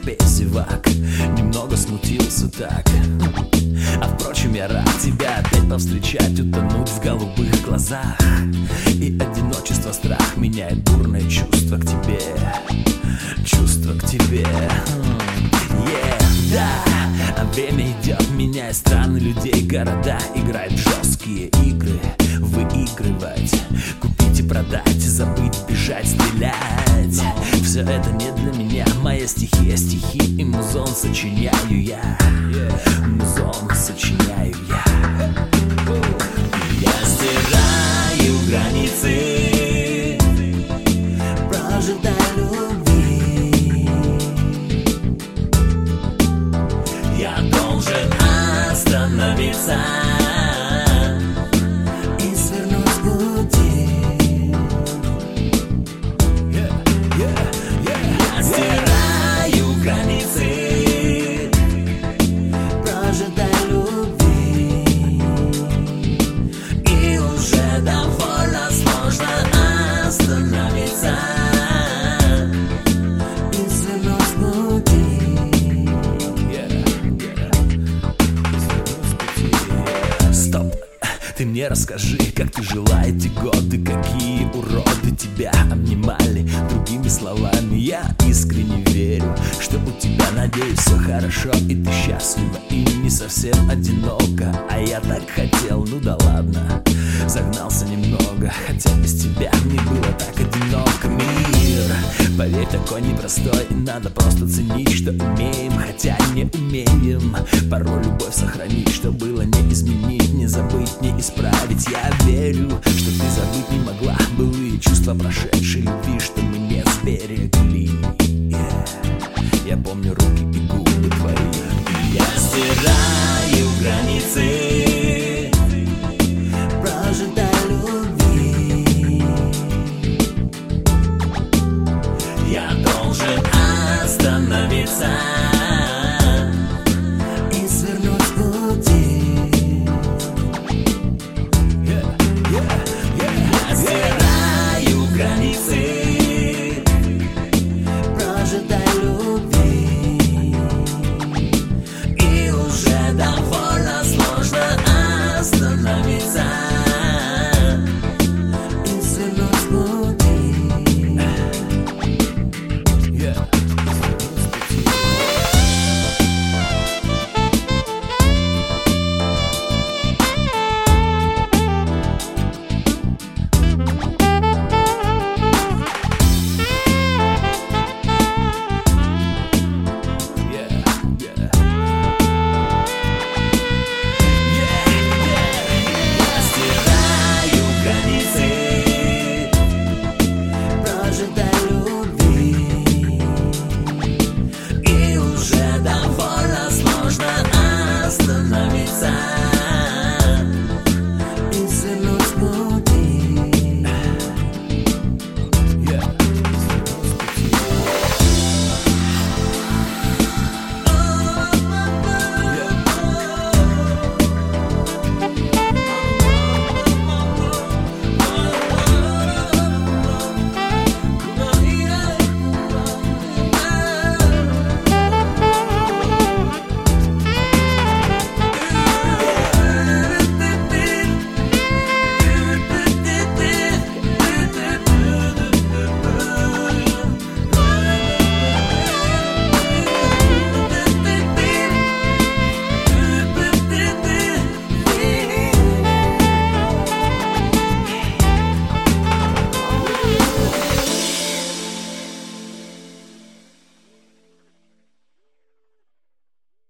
песевак. Немного смутился так. А впрочем, я рад тебя опять повстречать, утонуть в голубых глазах. И одиночество, страх меняет бурное чувство к тебе. Чувство к тебе. Да, а время идет, меняя страны, людей, города. Играет в жесткие игры, выигрывать, купить и продать, забыть, бежать, стрелять. Все это не для меня, моя стихия, стихи и музон сочиняю я. Музон сочиняю я. Я стираю границы, прожигая любви. Я должен остановиться и свернуть с пути. Я стираю границы, прожигая любви. И уже довольно сложно остановиться и свернуть с пути. Стоп, ты мне расскажи, как ты жила эти годы, какие уроды тебя обнимали. Другими словами, я искренне верю, что у тебя, надеюсь, все хорошо, и ты счастлива, и не совсем одинока. А я так хотел, ну да ладно, загнался немного, хотя без тебя мне было так одиноко. Мир, поверь, такой непростой, и надо просто ценить, что умеем, хотя не умеем. Порой любовь сохранить, что было не изменить, не забыть, не исправить. Я верю, что ты забыть не могла былые чувства прошедшей любви, что мы не сберегли. Я помню руки и губы твои. Я стираю границы,